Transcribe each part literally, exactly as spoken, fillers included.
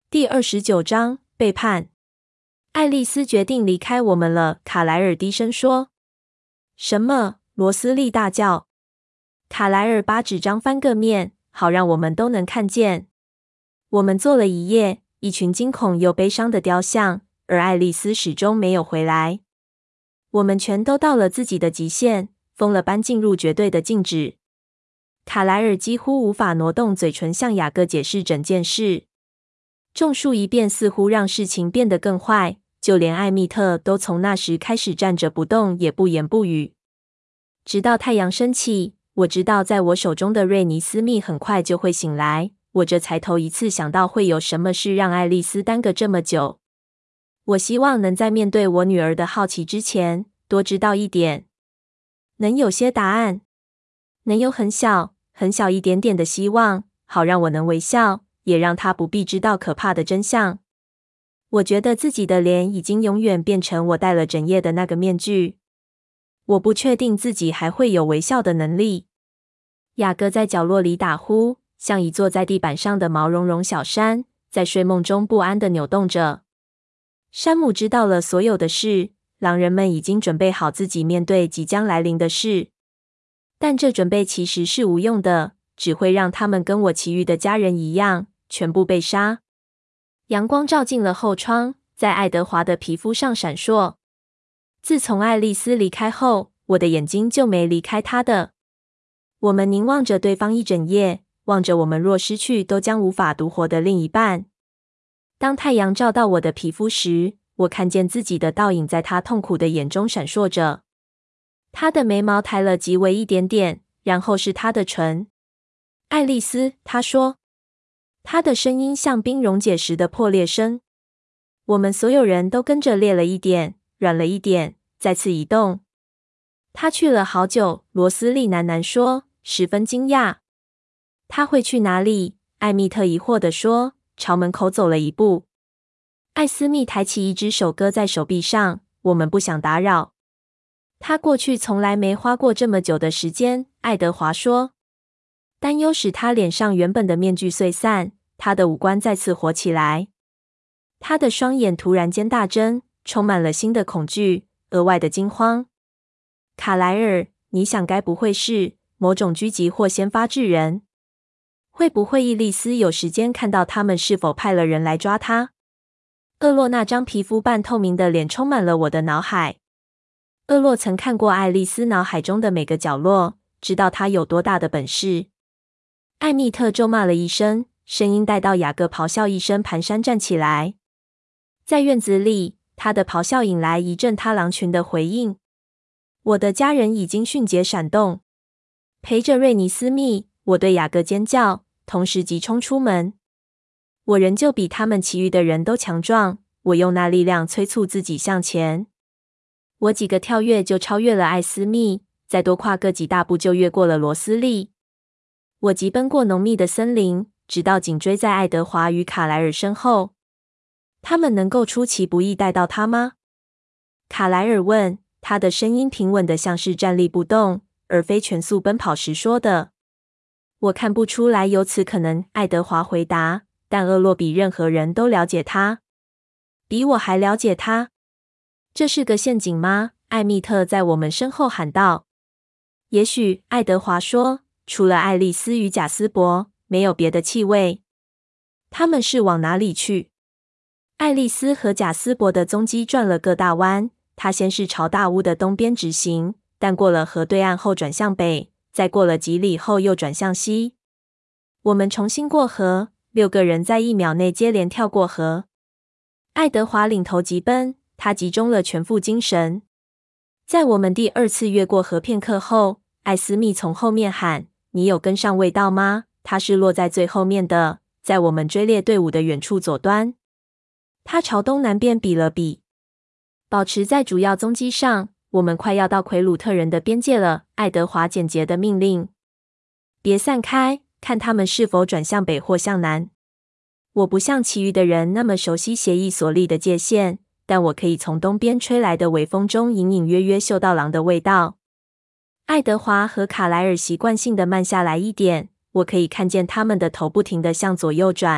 第二十九章背叛。爱丽丝决定离开我们了，卡莱尔低声说。什么？罗斯利大叫。卡莱尔把纸张翻个面，好让我们都能看见。我们坐了一夜，一群惊恐又悲伤的雕像，而爱丽丝始终没有回来。我们全都到了自己的极限，疯了般进入绝对的静止。卡莱尔几乎无法挪动嘴唇向雅各解释整件事。众述一遍似乎让事情变得更坏，就连艾蜜特都从那时开始站着不动，也不言不语。直到太阳升起，我知道在我手中的瑞尼斯密很快就会醒来，我这才头一次想到会有什么事让爱丽丝耽搁这么久。我希望能在面对我女儿的好奇之前，多知道一点，能有些答案，能有很小很小一点点的希望，好让我能微笑，也让她不必知道可怕的真相。我觉得自己的脸已经永远变成我戴了整夜的那个面具。我不确定自己还会有微笑的能力。雅各在角落里打呼，像一座在地板上的毛茸茸小山，在睡梦中不安地扭动着。山姆知道了所有的事，狼人们已经准备好自己面对即将来临的事。但这准备其实是无用的，只会让他们跟我其余的家人一样，全部被杀。阳光照进了后窗，在爱德华的皮肤上闪烁。自从爱丽丝离开后，我的眼睛就没离开她的。我们凝望着对方一整夜，望着我们若失去都将无法独活的另一半。当太阳照到我的皮肤时，我看见自己的倒影在她痛苦的眼中闪烁着。她的眉毛抬了极为一点点，然后是她的唇。爱丽丝，她说。她的声音像冰溶解时的破裂声。我们所有人都跟着裂了一点，软了一点，再次移动。她去了好久，罗斯利喃喃说，十分惊讶。她会去哪里？艾蜜特疑惑地说，朝门口走了一步。艾斯密抬起一只手搁在手臂上，我们不想打扰。他过去从来没花过这么久的时间，爱德华说。担忧使他脸上原本的面具碎散，他的五官再次活起来。他的双眼突然间大睁，充满了新的恐惧，额外的惊慌。卡莱尔，你想该不会是某种狙击或先发制人？会不会伊丽丝有时间看到他们是否派了人来抓他？厄洛那张皮肤半透明的脸充满了我的脑海。厄洛曾看过爱丽丝脑海中的每个角落，知道她有多大的本事。艾蜜特咒骂了一声，声音带到雅各咆哮一声，蹒跚站起来。在院子里，他的咆哮引来一阵他狼群的回应。我的家人已经迅捷闪动，陪着瑞尼斯密，我对雅各尖叫，同时急冲出门。我仍旧比他们其余的人都强壮，我用那力量催促自己向前。我几个跳跃就超越了艾斯密，再多跨个几大步就越过了罗斯利。我急奔过浓密的森林，直到紧追在爱德华与卡莱尔身后。他们能够出其不意带到他吗？卡莱尔问，他的声音平稳的像是站立不动，而非全速奔跑时说的。我看不出来有此可能，爱德华回答，但厄洛比任何人都了解他，比我还了解他。这是个陷阱吗？艾蜜特在我们身后喊道。也许，爱德华说，除了爱丽丝与贾斯伯，没有别的气味。他们是往哪里去？爱丽丝和贾斯伯的踪迹转了个大弯，他先是朝大屋的东边直行，但过了河对岸后转向北，再过了几里后又转向西。我们重新过河，六个人在一秒内接连跳过河。爱德华领头急奔，他集中了全副精神。在我们第二次越过河片刻后，艾斯密从后面喊，你有跟上味道吗？他是落在最后面的，在我们追猎队伍的远处左端。他朝东南边比了比。保持在主要踪迹上，我们快要到奎鲁特人的边界了，爱德华简洁的命令。别散开，看他们是否转向北或向南。我不像其余的人那么熟悉协议所立的界限，但我可以从东边吹来的微风中隐隐约约嗅到狼的味道。爱德华和卡莱尔习惯性的慢下来一点，我可以看见他们的头不停地向左右转，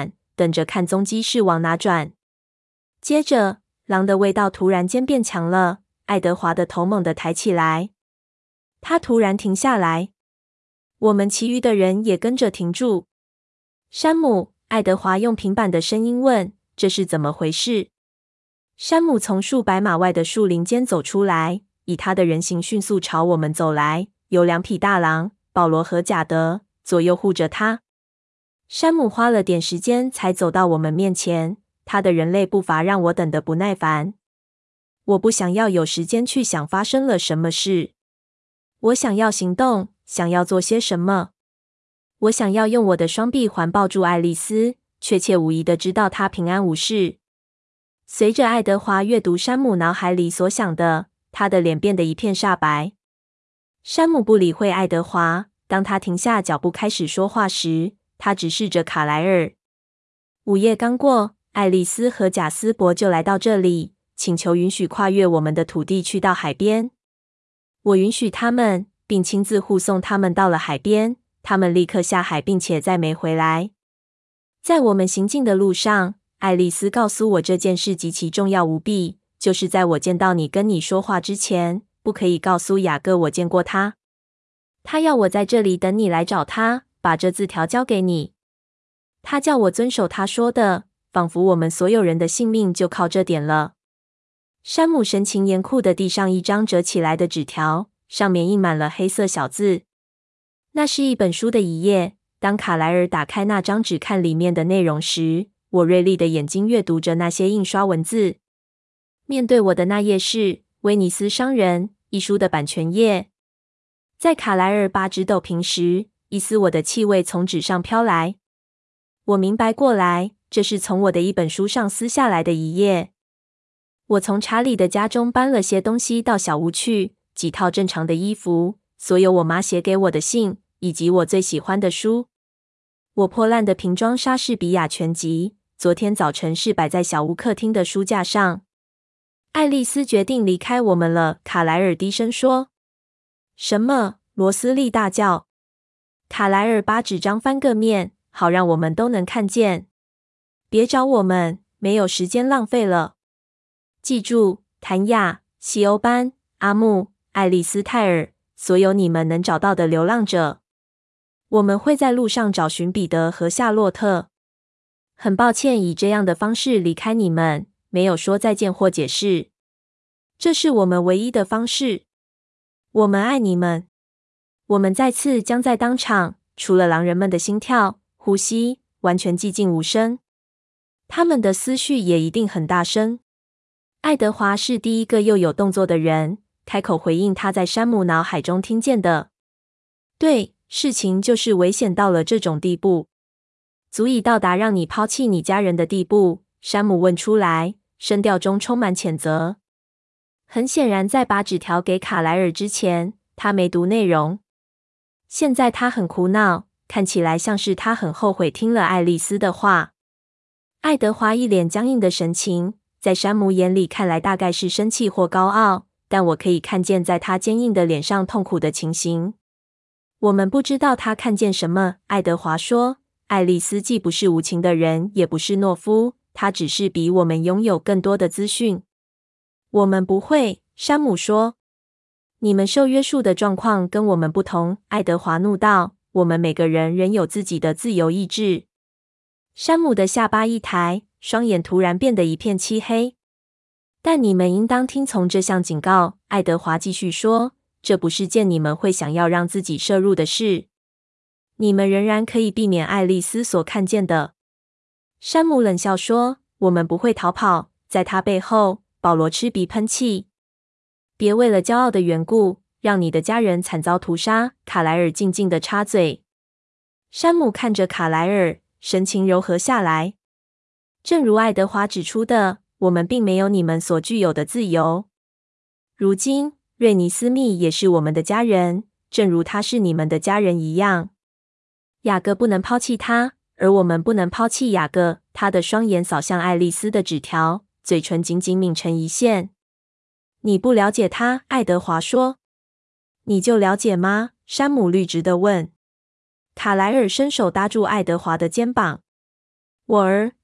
等着看踪迹是往哪转。接着，狼的味道突然间变强了，爱德华的头猛地抬起来。他突然停下来，我们其余的人也跟着停住。山姆，爱德华用平板的声音问：“这是怎么回事？”山姆从数百码外的树林间走出来，以他的人形迅速朝我们走来，有两匹大狼，保罗和贾德左右护着他。山姆花了点时间才走到我们面前，他的人类步伐让我等得不耐烦。我不想要有时间去想发生了什么事，我想要行动，想要做些什么。我想要用我的双臂环抱住爱丽丝，确切无疑的知道她平安无事。随着爱德华阅读山姆脑海里所想的，他的脸变得一片煞白。山姆不理会爱德华，当他停下脚步开始说话时，他直视着卡莱尔。午夜刚过，爱丽丝和贾斯伯就来到这里，请求允许跨越我们的土地去到海边。我允许他们，并亲自护送他们到了海边。他们立刻下海，并且再没回来。在我们行进的路上，爱丽丝告诉我这件事极其重要无比，就是在我见到你跟你说话之前，不可以告诉雅各我见过他。他要我在这里等你来找他，把这字条交给你。他叫我遵守他说的，仿佛我们所有人的性命就靠这点了。山姆神情严酷地递上一张折起来的纸条，上面印满了黑色小字。那是一本书的一页。当卡莱尔打开那张纸看里面的内容时，我锐利的眼睛阅读着那些印刷文字。面对我的那页是《威尼斯商人》一书的版权页。在卡莱尔把纸抖平时，一丝我的气味从纸上飘来。我明白过来，这是从我的一本书上撕下来的一页。我从查理的家中搬了些东西到小屋去，几套正常的衣服，所有我妈写给我的信，以及我最喜欢的书。我破烂的瓶装莎士比亚全集，昨天早晨是摆在小屋客厅的书架上。爱丽丝决定离开我们了，卡莱尔低声说。什么？罗斯利大叫。卡莱尔把纸张翻个面，好让我们都能看见。别找我们，没有时间浪费了。记住，谭亚、西欧班、阿木、爱丽丝泰尔，所有你们能找到的流浪者。我们会在路上找寻彼得和夏洛特。很抱歉以这样的方式离开你们，没有说再见或解释。这是我们唯一的方式。我们爱你们。我们再次将在当场，除了狼人们的心跳、呼吸，完全寂静无声。他们的思绪也一定很大声。爱德华是第一个又有动作的人，开口回应他在山姆脑海中听见的。对，事情就是危险到了这种地步，足以到达让你抛弃你家人的地步。山姆问出来，声调中充满谴责。很显然，在把纸条给卡莱尔之前，他没读内容。现在他很苦恼，看起来像是他很后悔听了爱丽丝的话。爱德华一脸僵硬的神情，在山姆眼里看来大概是生气或高傲，但我可以看见在他坚硬的脸上痛苦的情形。我们不知道他看见什么，爱德华说。爱丽丝既不是无情的人，也不是懦夫，她只是比我们拥有更多的资讯。我们不会，山姆说。你们受约束的状况跟我们不同，爱德华怒道。我们每个人仍有自己的自由意志。山姆的下巴一抬，双眼突然变得一片漆黑。但你们应当听从这项警告，爱德华继续说，这不是件你们会想要让自己摄入的事。你们仍然可以避免爱丽丝所看见的。山姆冷笑说，我们不会逃跑。在他背后，保罗吃鼻喷气。别为了骄傲的缘故，让你的家人惨遭屠杀，卡莱尔静静地插嘴。山姆看着卡莱尔，神情柔和下来。正如爱德华指出的，我们并没有你们所具有的自由。如今，瑞尼斯密也是我们的家人，正如他是你们的家人一样。雅各不能抛弃他，而我们不能抛弃雅各。他的双眼扫向爱丽丝的纸条，嘴唇紧紧抿成一线。你不了解他，爱德华说。你就了解吗？山姆律直地问。卡莱尔伸手搭住爱德华的肩膀。我儿，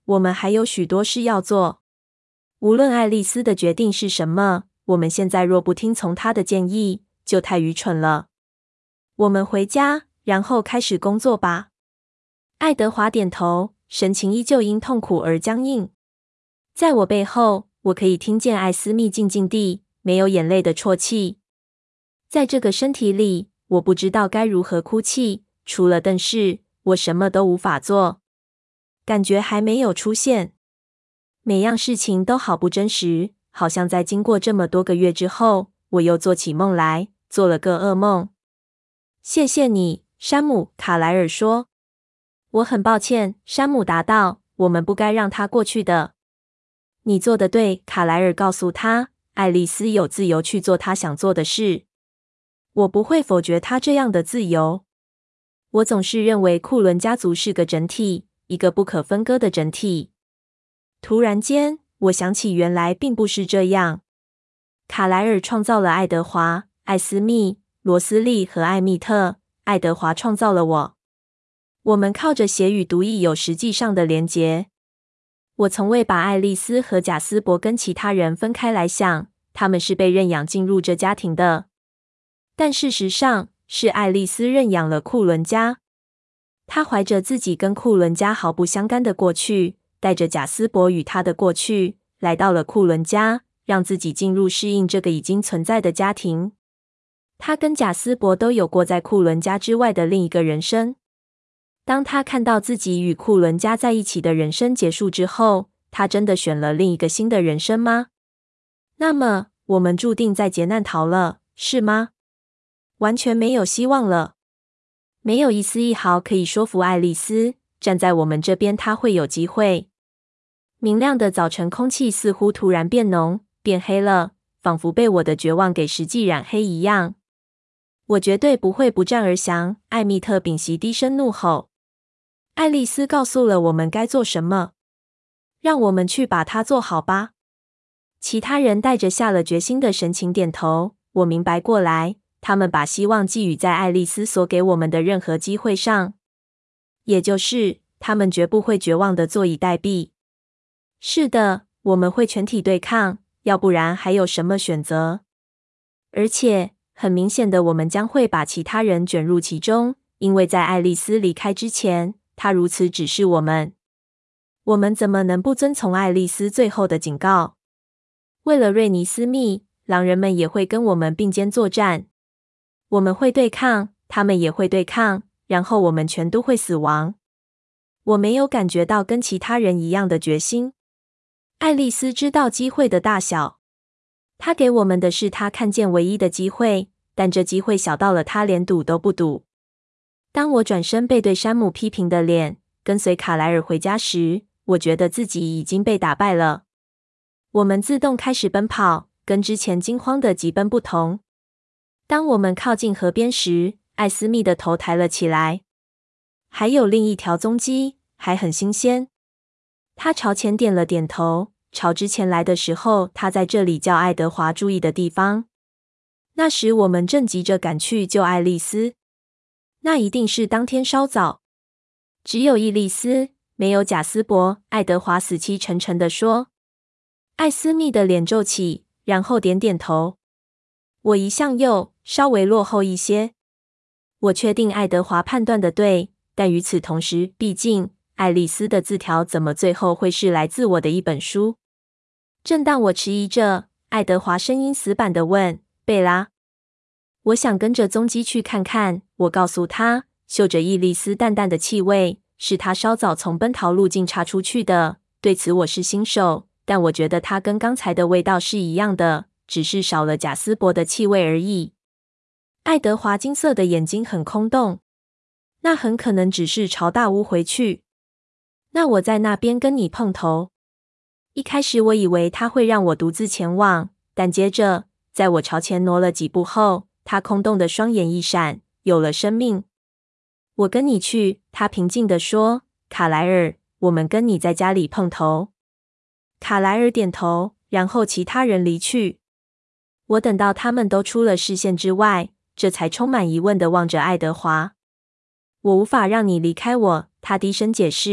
我们还有许多事要做。无论爱丽丝的决定是什么，我们现在若不听从她的建议，就太愚蠢了。我们回家，然后开始工作吧。爱德华点头，神情依旧因痛苦而僵硬。在我背后，我可以听见艾斯密静静地、没有眼泪的啜泣。在这个身体里，我不知道该如何哭泣，除了瞪视，我什么都无法做。感觉还没有出现。每样事情都好不真实，好像在经过这么多个月之后，我又做起梦来，做了个噩梦。谢谢你，山姆，卡莱尔说。我很抱歉，山姆答道，我们不该让他过去的。你做得对，卡莱尔告诉他，爱丽丝有自由去做她想做的事。我不会否决她这样的自由。我总是认为库伦家族是个整体，一个不可分割的整体。突然间，我想起原来并不是这样。卡莱尔创造了爱德华、艾斯密、罗斯利和艾密特，爱德华创造了我。我们靠着血与毒液有实际上的连结。我从未把爱丽丝和贾斯伯跟其他人分开来想，他们是被认养进入这家庭的。但事实上，是爱丽丝认养了库伦家。她怀着自己跟库伦家毫不相干的过去，带着贾斯伯与他的过去，来到了库伦家，让自己进入适应这个已经存在的家庭。他跟贾斯伯都有过在库伦家之外的另一个人生。当他看到自己与库伦家在一起的人生结束之后，他真的选了另一个新的人生吗？那么，我们注定在劫难逃了，是吗？完全没有希望了。没有一丝一毫可以说服爱丽丝站在我们这边，她会有机会。明亮的早晨空气似乎突然变浓，变黑了，仿佛被我的绝望给实际染黑一样。我绝对不会不战而降，艾密特屏息低声怒吼。爱丽丝告诉了我们该做什么，让我们去把它做好吧。其他人带着下了决心的神情点头。我明白过来，他们把希望寄予在爱丽丝所给我们的任何机会上，也就是他们绝不会绝望的坐以待毙。是的，我们会全体对抗，要不然还有什么选择？而且很明显的，我们将会把其他人卷入其中，因为在爱丽丝离开之前，她如此指示我们。我们怎么能不遵从爱丽丝最后的警告？为了瑞尼斯密，狼人们也会跟我们并肩作战。我们会对抗，他们也会对抗，然后我们全都会死亡。我没有感觉到跟其他人一样的决心。爱丽丝知道机会的大小，她给我们的是她看见唯一的机会，但这机会小到了她连赌都不赌。当我转身背对山姆批评的脸，跟随卡莱尔回家时，我觉得自己已经被打败了。我们自动开始奔跑，跟之前惊慌的急奔不同。当我们靠近河边时，艾斯密的头抬了起来。还有另一条踪迹，还很新鲜。他朝前点了点头，朝之前来的时候他在这里叫爱德华注意的地方。那时我们正急着赶去救爱丽丝。那一定是当天稍早。只有伊丽丝，没有贾斯伯，爱德华死气沉沉地说。艾斯密的脸皱起，然后点点头。我一向右，稍微落后一些。我确定爱德华判断的对，但与此同时，毕竟爱丽丝的字条怎么最后会是来自我的一本书？正当我迟疑着，爱德华声音死板地问：“贝拉？”我想跟着踪迹去看看，我告诉他，嗅着伊丽丝淡淡的气味，是他稍早从奔逃路径插出去的。对此我是新手，但我觉得它跟刚才的味道是一样的，只是少了贾斯伯的气味而已。爱德华金色的眼睛很空洞。那很可能只是朝大屋回去。那我在那边跟你碰头。一开始我以为他会让我独自前往，但接着，在我朝前挪了几步后，他空洞的双眼一闪，有了生命。我跟你去，他平静地说，卡莱尔，我们跟你在家里碰头。卡莱尔点头，然后其他人离去。我等到他们都出了视线之外，这才充满疑问地望着爱德华。我无法让你离开我，他低声解释，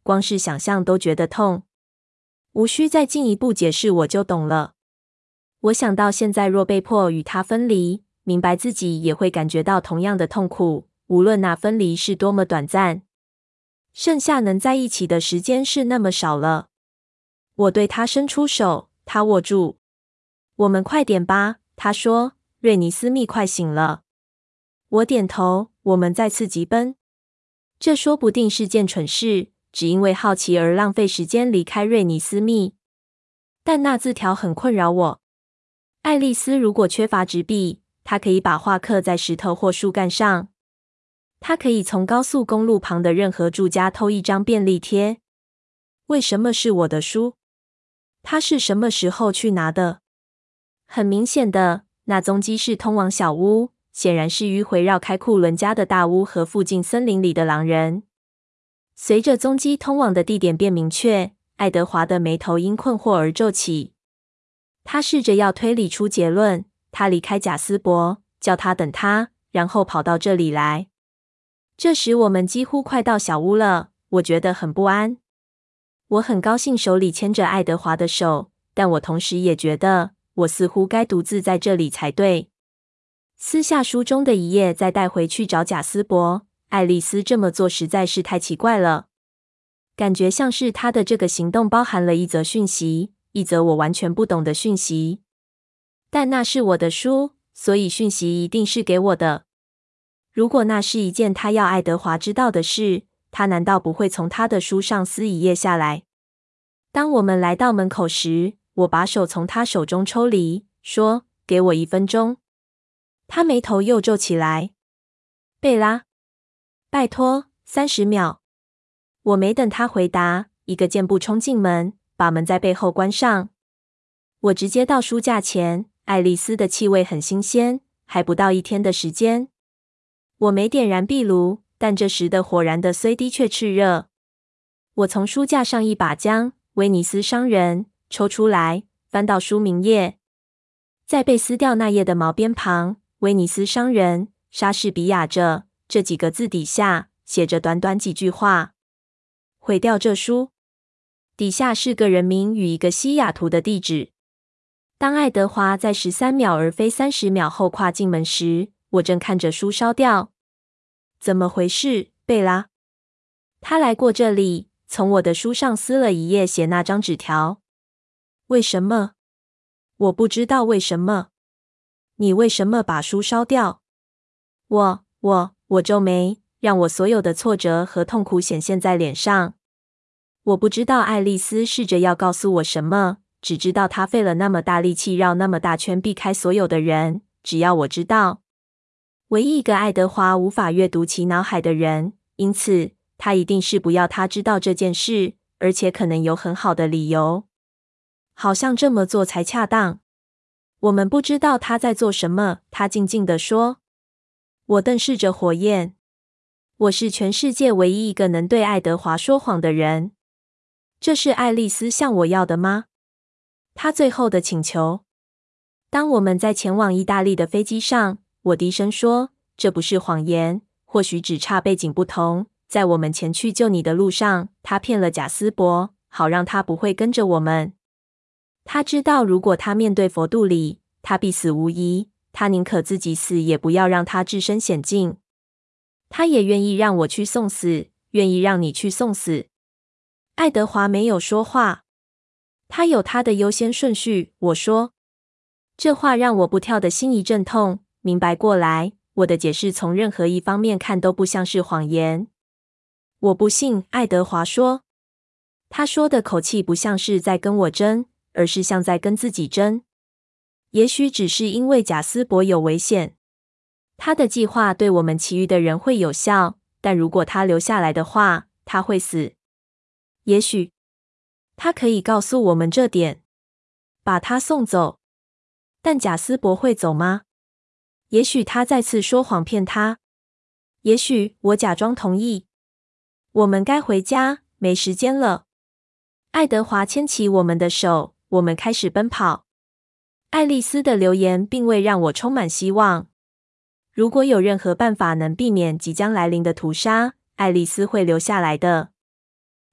光是想象都觉得痛。无需再进一步解释，我就懂了。我想到现在若被迫与他分离，明白自己也会感觉到同样的痛苦，无论那分离是多么短暂。剩下能在一起的时间是那么少了。我对他伸出手，他握住。我们快点吧，他说。瑞尼斯密快醒了。我点头。我们再次急奔。这说不定是件蠢事，只因为好奇而浪费时间离开瑞尼斯密。但那字条很困扰我。爱丽丝如果缺乏纸笔，她可以把话刻在石头或树干上。她可以从高速公路旁的任何住家偷一张便利贴。为什么是我的书？她是什么时候去拿的？很明显的，那踪迹是通往小屋，显然是迂回绕开库伦家的大屋和附近森林里的狼人。随着踪迹通往的地点变明确，爱德华的眉头因困惑而皱起。他试着要推理出结论，他离开贾斯伯，叫他等他，然后跑到这里来。这时我们几乎快到小屋了，我觉得很不安。我很高兴手里牵着爱德华的手，但我同时也觉得我似乎该独自在这里才对。撕下书中的一页，再带回去找贾斯伯。爱丽丝这么做实在是太奇怪了，感觉像是她的这个行动包含了一则讯息，一则我完全不懂的讯息。但那是我的书，所以讯息一定是给我的。如果那是一件他要爱德华知道的事，他难道不会从他的书上撕一页下来？当我们来到门口时，我把手从他手中抽离，说：“给我一分钟。”他眉头又皱起来。贝拉，拜托，三十秒。我没等他回答，一个箭步冲进门，把门在背后关上。我直接到书架前，爱丽丝的气味很新鲜，还不到一天的时间。我没点燃壁炉，但这时的火燃的虽的确炽热。我从书架上一把将《威尼斯商人》抽出来，翻到书名页，在被撕掉那页的毛边旁，《威尼斯商人》莎士比亚着这几个字底下写着短短几句话：毁掉这书。底下是个人名与一个西雅图的地址。当爱德华在十三秒而非三十秒后跨进门时，我正看着书烧掉。怎么回事，贝拉？他来过这里，从我的书上撕了一页，写那张纸条。为什么？我不知道为什么。你为什么把书烧掉？我我我皱眉，让我所有的挫折和痛苦显现在脸上。我不知道爱丽丝试着要告诉我什么，只知道她费了那么大力气绕那么大圈避开所有的人。只要我知道，唯一一个爱德华无法阅读其脑海的人，因此他一定是不要他知道这件事，而且可能有很好的理由。好像这么做才恰当。我们不知道他在做什么，他静静地说。我瞪视着火焰。我是全世界唯一一个能对爱德华说谎的人。这是爱丽丝向我要的吗？她最后的请求。当我们在前往意大利的飞机上，我低声说，这不是谎言，或许只差背景不同。在我们前去救你的路上，他骗了贾斯伯，好让他不会跟着我们。他知道如果他面对佛度里，他必死无疑，他宁可自己死，也不要让他置身险境。他也愿意让我去送死，愿意让你去送死。爱德华没有说话。他有他的优先顺序，我说。这话让我不跳的心一阵痛，明白过来，我的解释从任何一方面看都不像是谎言。我不信，爱德华说。他说的口气不像是在跟我争，而是像在跟自己争。也许只是因为贾斯伯有危险。他的计划对我们其余的人会有效，但如果他留下来的话，他会死。也许他可以告诉我们这点，把他送走。但贾斯伯会走吗？也许他再次说谎骗他。也许我假装同意。我们该回家，没时间了。爱德华牵起我们的手，我们开始奔跑。爱丽丝的留言并未让我充满希望。如果有任何办法能避免即将来临的屠杀，爱丽丝会留下来的。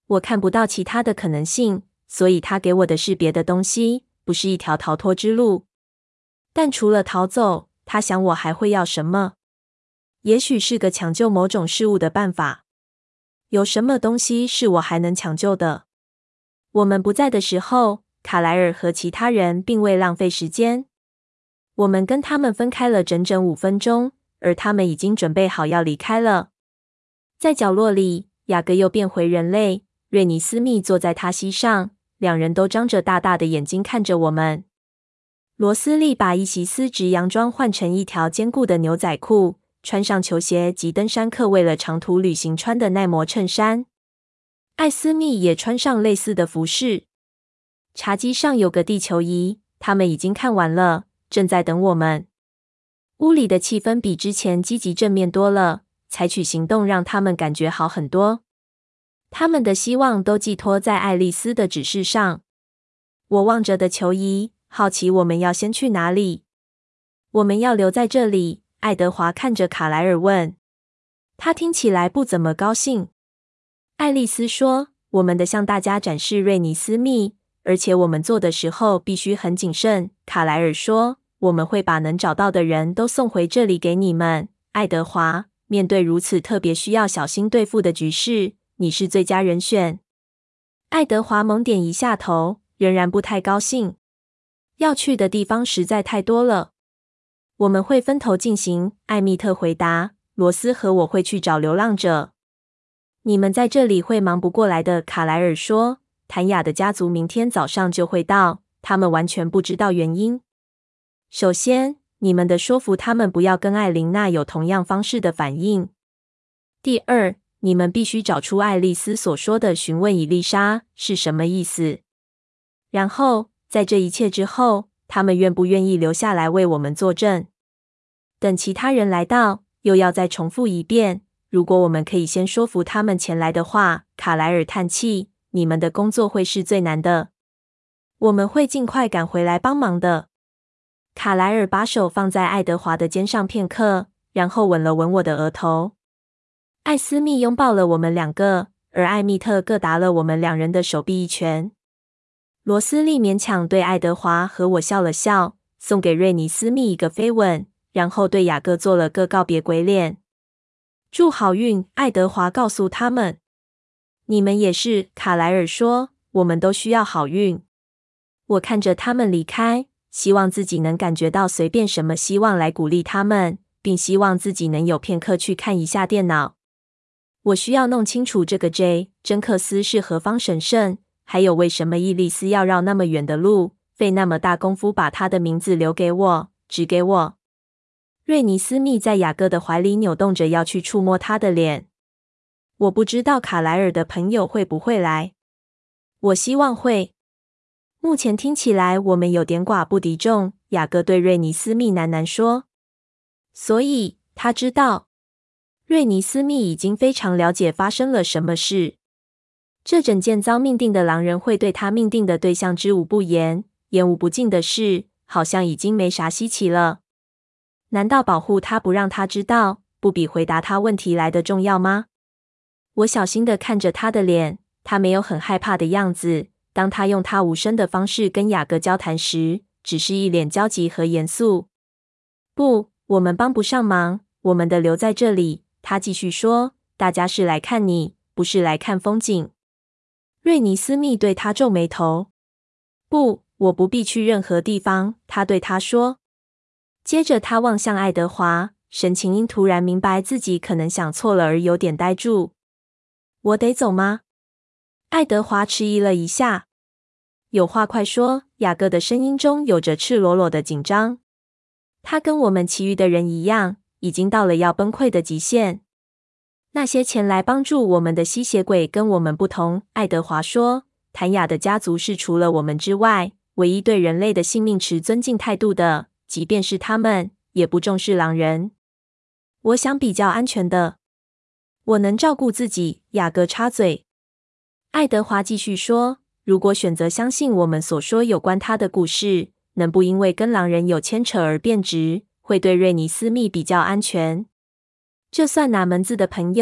我看不到其他的可能性，所以他给我的是别的东西，不是一条逃脱之路。但除了逃走，他想我还会要什么？也许是个抢救某种事物的办法。有什么东西是我还能抢救的？我们不在的时候，卡莱尔和其他人并未浪费时间。我们跟他们分开了整整五分钟，而他们已经准备好要离开了。在角落里，雅各又变回人类，瑞尼斯密坐在他膝上，两人都张着大大的眼睛看着我们。罗斯利把一袭丝质洋装换成一条坚固的牛仔裤，穿上球鞋及登山客为了长途旅行穿的耐磨衬衫。艾斯密也穿上类似的服饰。茶几上有个地球仪，他们已经看完了，正在等我们。屋里的气氛比之前积极正面多了，采取行动让他们感觉好很多。他们的希望都寄托在爱丽丝的指示上。我望着的球仪，好奇我们要先去哪里。我们要留在这里，爱德华看着卡莱尔问。他听起来不怎么高兴。爱丽丝说，我们得向大家展示瑞尼斯密，而且我们做的时候必须很谨慎。卡莱尔说，我们会把能找到的人都送回这里给你们。爱德华，面对如此特别需要小心对付的局势，你是最佳人选。爱德华猛点一下头，仍然不太高兴。要去的地方实在太多了。我们会分头进行，艾米特回答。罗斯和我会去找流浪者。你们在这里会忙不过来的，卡莱尔说。谭雅的家族明天早上就会到，他们完全不知道原因。首先，你们得说服他们不要跟艾琳娜有同样方式的反应。第二，你们必须找出爱丽丝所说的询问伊丽莎是什么意思。然后，在这一切之后，他们愿不愿意留下来为我们作证？等其他人来到，又要再重复一遍。如果我们可以先说服他们前来的话，卡莱尔叹气，你们的工作会是最难的。我们会尽快赶回来帮忙的。卡莱尔把手放在爱德华的肩上片刻，然后吻了吻我的额头。艾斯密拥抱了我们两个，而艾米特各打了我们两人的手臂一拳。罗斯利勉强对爱德华和我笑了笑，送给瑞尼斯密一个飞吻，然后对雅各做了个告别鬼脸。祝好运，爱德华告诉他们。你们也是，卡莱尔说，我们都需要好运。我看着他们离开，希望自己能感觉到随便什么希望来鼓励他们，并希望自己能有片刻去看一下电脑。我需要弄清楚这个 J 真克斯是何方神圣，还有为什么伊丽丝要绕那么远的路，费那么大功夫把他的名字留给我，指给我。瑞尼斯密在雅各的怀里扭动着，要去触摸他的脸。我不知道卡莱尔的朋友会不会来，我希望会。目前听起来我们有点寡不敌众，雅各对瑞尼斯密喃喃说。所以他知道，瑞尼斯密已经非常了解发生了什么事。这整件遭命定的狼人会对他命定的对象知无不言，言无不尽的事，好像已经没啥稀奇了。难道保护他不让他知道，不比回答他问题来的重要吗？我小心地看着他的脸，他没有很害怕的样子。当他用他无声的方式跟雅各交谈时，只是一脸焦急和严肃。不，我们帮不上忙，我们得留在这里。他继续说，大家是来看你，不是来看风景。瑞尼斯密对他皱眉头。不，我不必去任何地方，他对他说。接着他望向爱德华，神情因突然明白自己可能想错了而有点呆住。我得走吗？爱德华迟疑了一下。有话快说，雅各的声音中有着赤裸裸的紧张。他跟我们其余的人一样，已经到了要崩溃的极限。那些前来帮助我们的吸血鬼跟我们不同，爱德华说，谭雅的家族是除了我们之外，唯一对人类的性命持尊敬态度的，即便是他们，也不重视狼人。我想比较安全的。我能照顾自己，雅各插嘴。爱德华继续说，如果选择相信我们所说有关他的故事，能不因为跟狼人有牵扯而变质，会对瑞尼斯密比较安全。这算哪门子的朋友？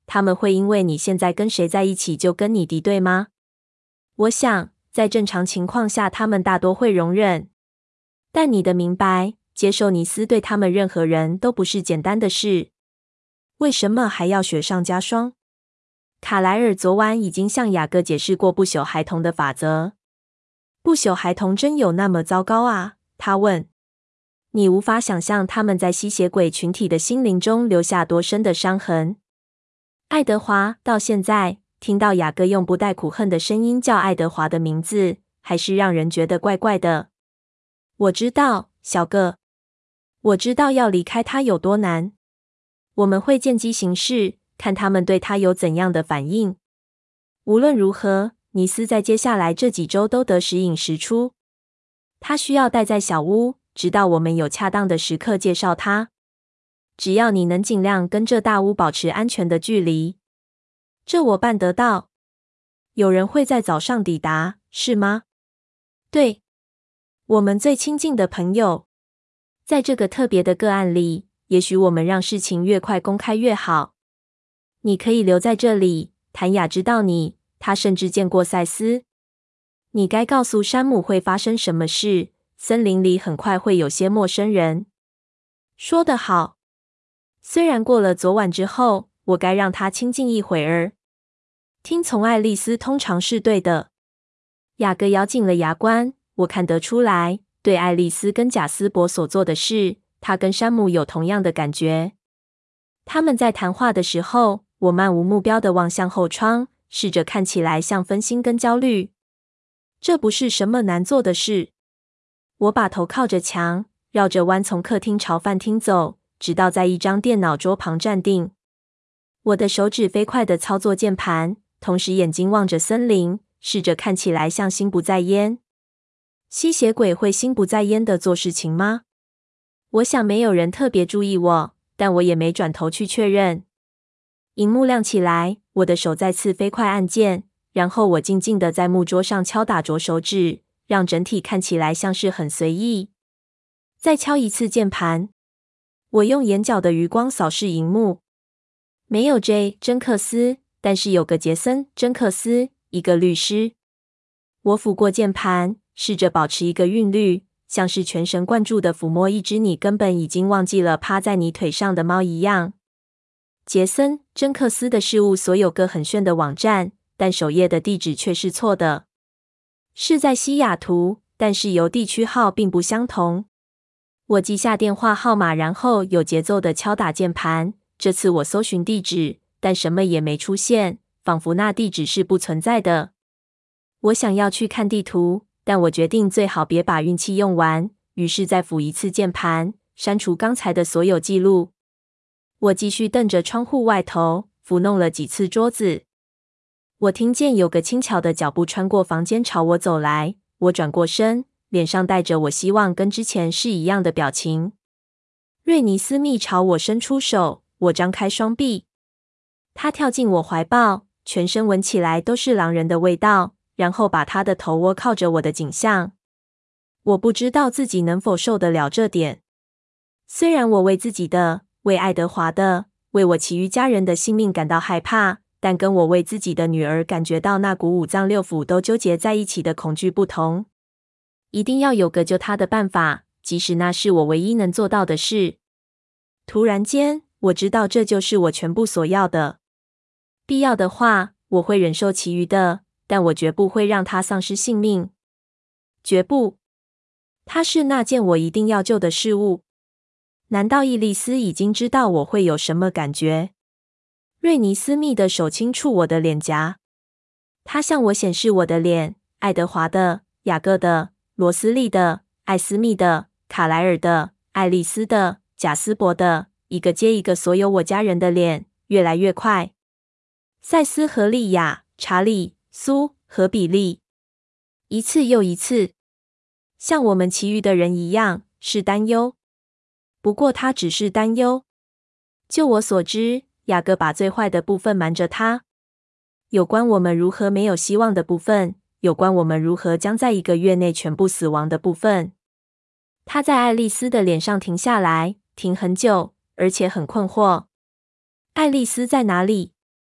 他们会因为你现在跟谁在一起就跟你敌对吗？我想，在正常情况下，他们大多会容忍。但你的明白，接受尼斯对他们任何人都不是简单的事。为什么还要雪上加霜？卡莱尔昨晚已经向雅各解释过不朽孩童的法则。不朽孩童真有那么糟糕啊？他问。你无法想象他们在吸血鬼群体的心灵中留下多深的伤痕。爱德华到现在听到雅各用不带苦恨的声音叫爱德华的名字，还是让人觉得怪怪的。我知道，小个，我知道要离开他有多难。我们会见机行事，看他们对他有怎样的反应。无论如何，尼斯在接下来这几周都得时隐时出。他需要待在小屋，直到我们有恰当的时刻介绍他。只要你能尽量跟这大屋保持安全的距离。这我办得到。有人会在早上抵达，是吗？对，我们最亲近的朋友。在这个特别的个案里，也许我们让事情越快公开越好。你可以留在这里，谭雅知道你，他甚至见过赛斯。你该告诉山姆会发生什么事，森林里很快会有些陌生人。说得好。虽然过了昨晚之后，我该让他亲近一会儿。听从爱丽丝通常是对的。雅各咬紧了牙关，我看得出来，对爱丽丝跟贾斯伯所做的事，他跟山姆有同样的感觉。他们在谈话的时候，我漫无目标地望向后窗，试着看起来像分心跟焦虑。这不是什么难做的事。我把头靠着墙，绕着弯从客厅朝饭厅走，直到在一张电脑桌旁站定。我的手指飞快地操作键盘，同时眼睛望着森林，试着看起来像心不在焉。吸血鬼会心不在焉地做事情吗？我想没有人特别注意我，但我也没转头去确认。荧幕亮起来，我的手再次飞快按键，然后我静静地在木桌上敲打着手指，让整体看起来像是很随意。再敲一次键盘。我用眼角的余光扫视荧幕。没有 J. 珍克斯，但是有个杰森·珍克斯，一个律师。我抚过键盘，试着保持一个韵律，像是全神贯注地抚摸一只你根本已经忘记了趴在你腿上的猫一样。杰森·珍克斯的事务所有个很炫的网站，但首页的地址却是错的。是在西雅图，但是邮地区号并不相同。我记下电话号码，然后有节奏地敲打键盘。这次我搜寻地址，但什么也没出现，仿佛那地址是不存在的。我想要去看地图，但我决定最好别把运气用完，于是再抚一次键盘，删除刚才的所有记录。我继续瞪着窗户外头，抚弄了几次桌子。我听见有个轻巧的脚步穿过房间朝我走来，我转过身，脸上带着我希望跟之前是一样的表情。瑞尼斯密朝我伸出手，我张开双臂。他跳进我怀抱，全身闻起来都是狼人的味道，然后把他的头窝靠着我的颈项。我不知道自己能否受得了这点。虽然我为自己的、为爱德华的、为我其余家人的性命感到害怕，但跟我为自己的女儿感觉到那股五脏六腑都纠结在一起的恐惧不同。一定要有个救她的办法，即使那是我唯一能做到的事。突然间，我知道这就是我全部所要的。必要的话，我会忍受其余的，但我绝不会让他丧失性命。绝不。他是那件我一定要救的事物。难道伊丽丝已经知道我会有什么感觉？瑞尼斯密的手轻触我的脸颊。他向我显示我的脸，爱德华的、雅各的、罗斯利的、艾斯密的、卡莱尔的、爱丽丝的、贾斯伯的，一个接一个所有我家人的脸，越来越快。赛斯和莉亚、查理、苏和比利，一次又一次，像我们其余的人一样，是担忧。不过他只是担忧。就我所知，雅各把最坏的部分瞒着他。有关我们如何没有希望的部分，有关我们如何将在一个月内全部死亡的部分。他在爱丽丝的脸上停下来，停很久，而且很困惑。爱丽丝在哪里？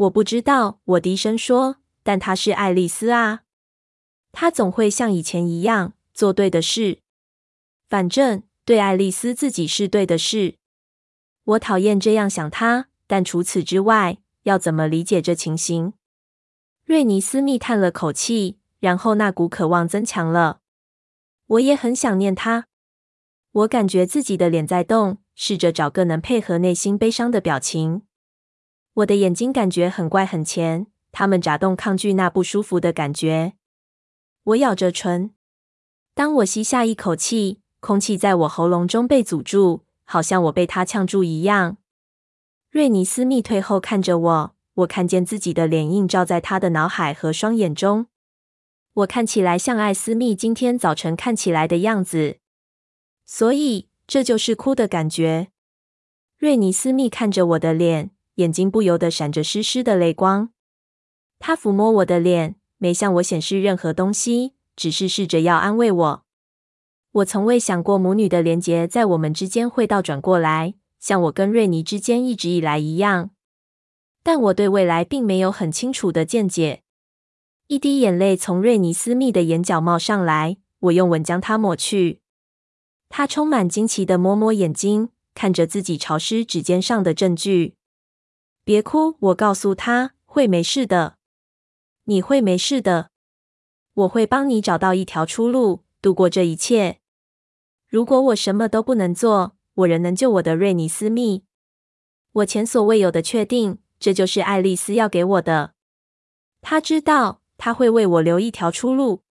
我不知道，我低声说，但她是爱丽丝啊。她总会像以前一样做对的事。反正对爱丽丝自己是对的事。我讨厌这样想她，但除此之外，要怎么理解这情形？瑞尼斯密叹了口气，然后那股渴望增强了。我也很想念她。我感觉自己的脸在动，试着找个能配合内心悲伤的表情。我的眼睛感觉很怪很浅，它们眨动抗拒那不舒服的感觉。我咬着唇。当我吸下一口气，空气在我喉咙中被阻住，好像我被它呛住一样。瑞尼斯密退后看着我，我看见自己的脸映照在他的脑海和双眼中。我看起来像艾斯密今天早晨看起来的样子。所以，这就是哭的感觉。瑞尼斯密看着我的脸，眼睛不由得闪着湿湿的泪光。他抚摸我的脸，没向我显示任何东西，只是试着要安慰我。我从未想过母女的连结在我们之间会倒转过来，像我跟瑞尼之间一直以来一样。但我对未来并没有很清楚的见解。一滴眼泪从瑞尼斯密的眼角冒上来，我用吻将它抹去。他充满惊奇地摸摸眼睛，看着自己潮湿指尖上的证据。别哭，我告诉他，会没事的。你会没事的。我会帮你找到一条出路，度过这一切。如果我什么都不能做，我仍能救我的瑞尼斯密。我前所未有的确定，这就是爱丽丝要给我的。她知道，她会为我留一条出路。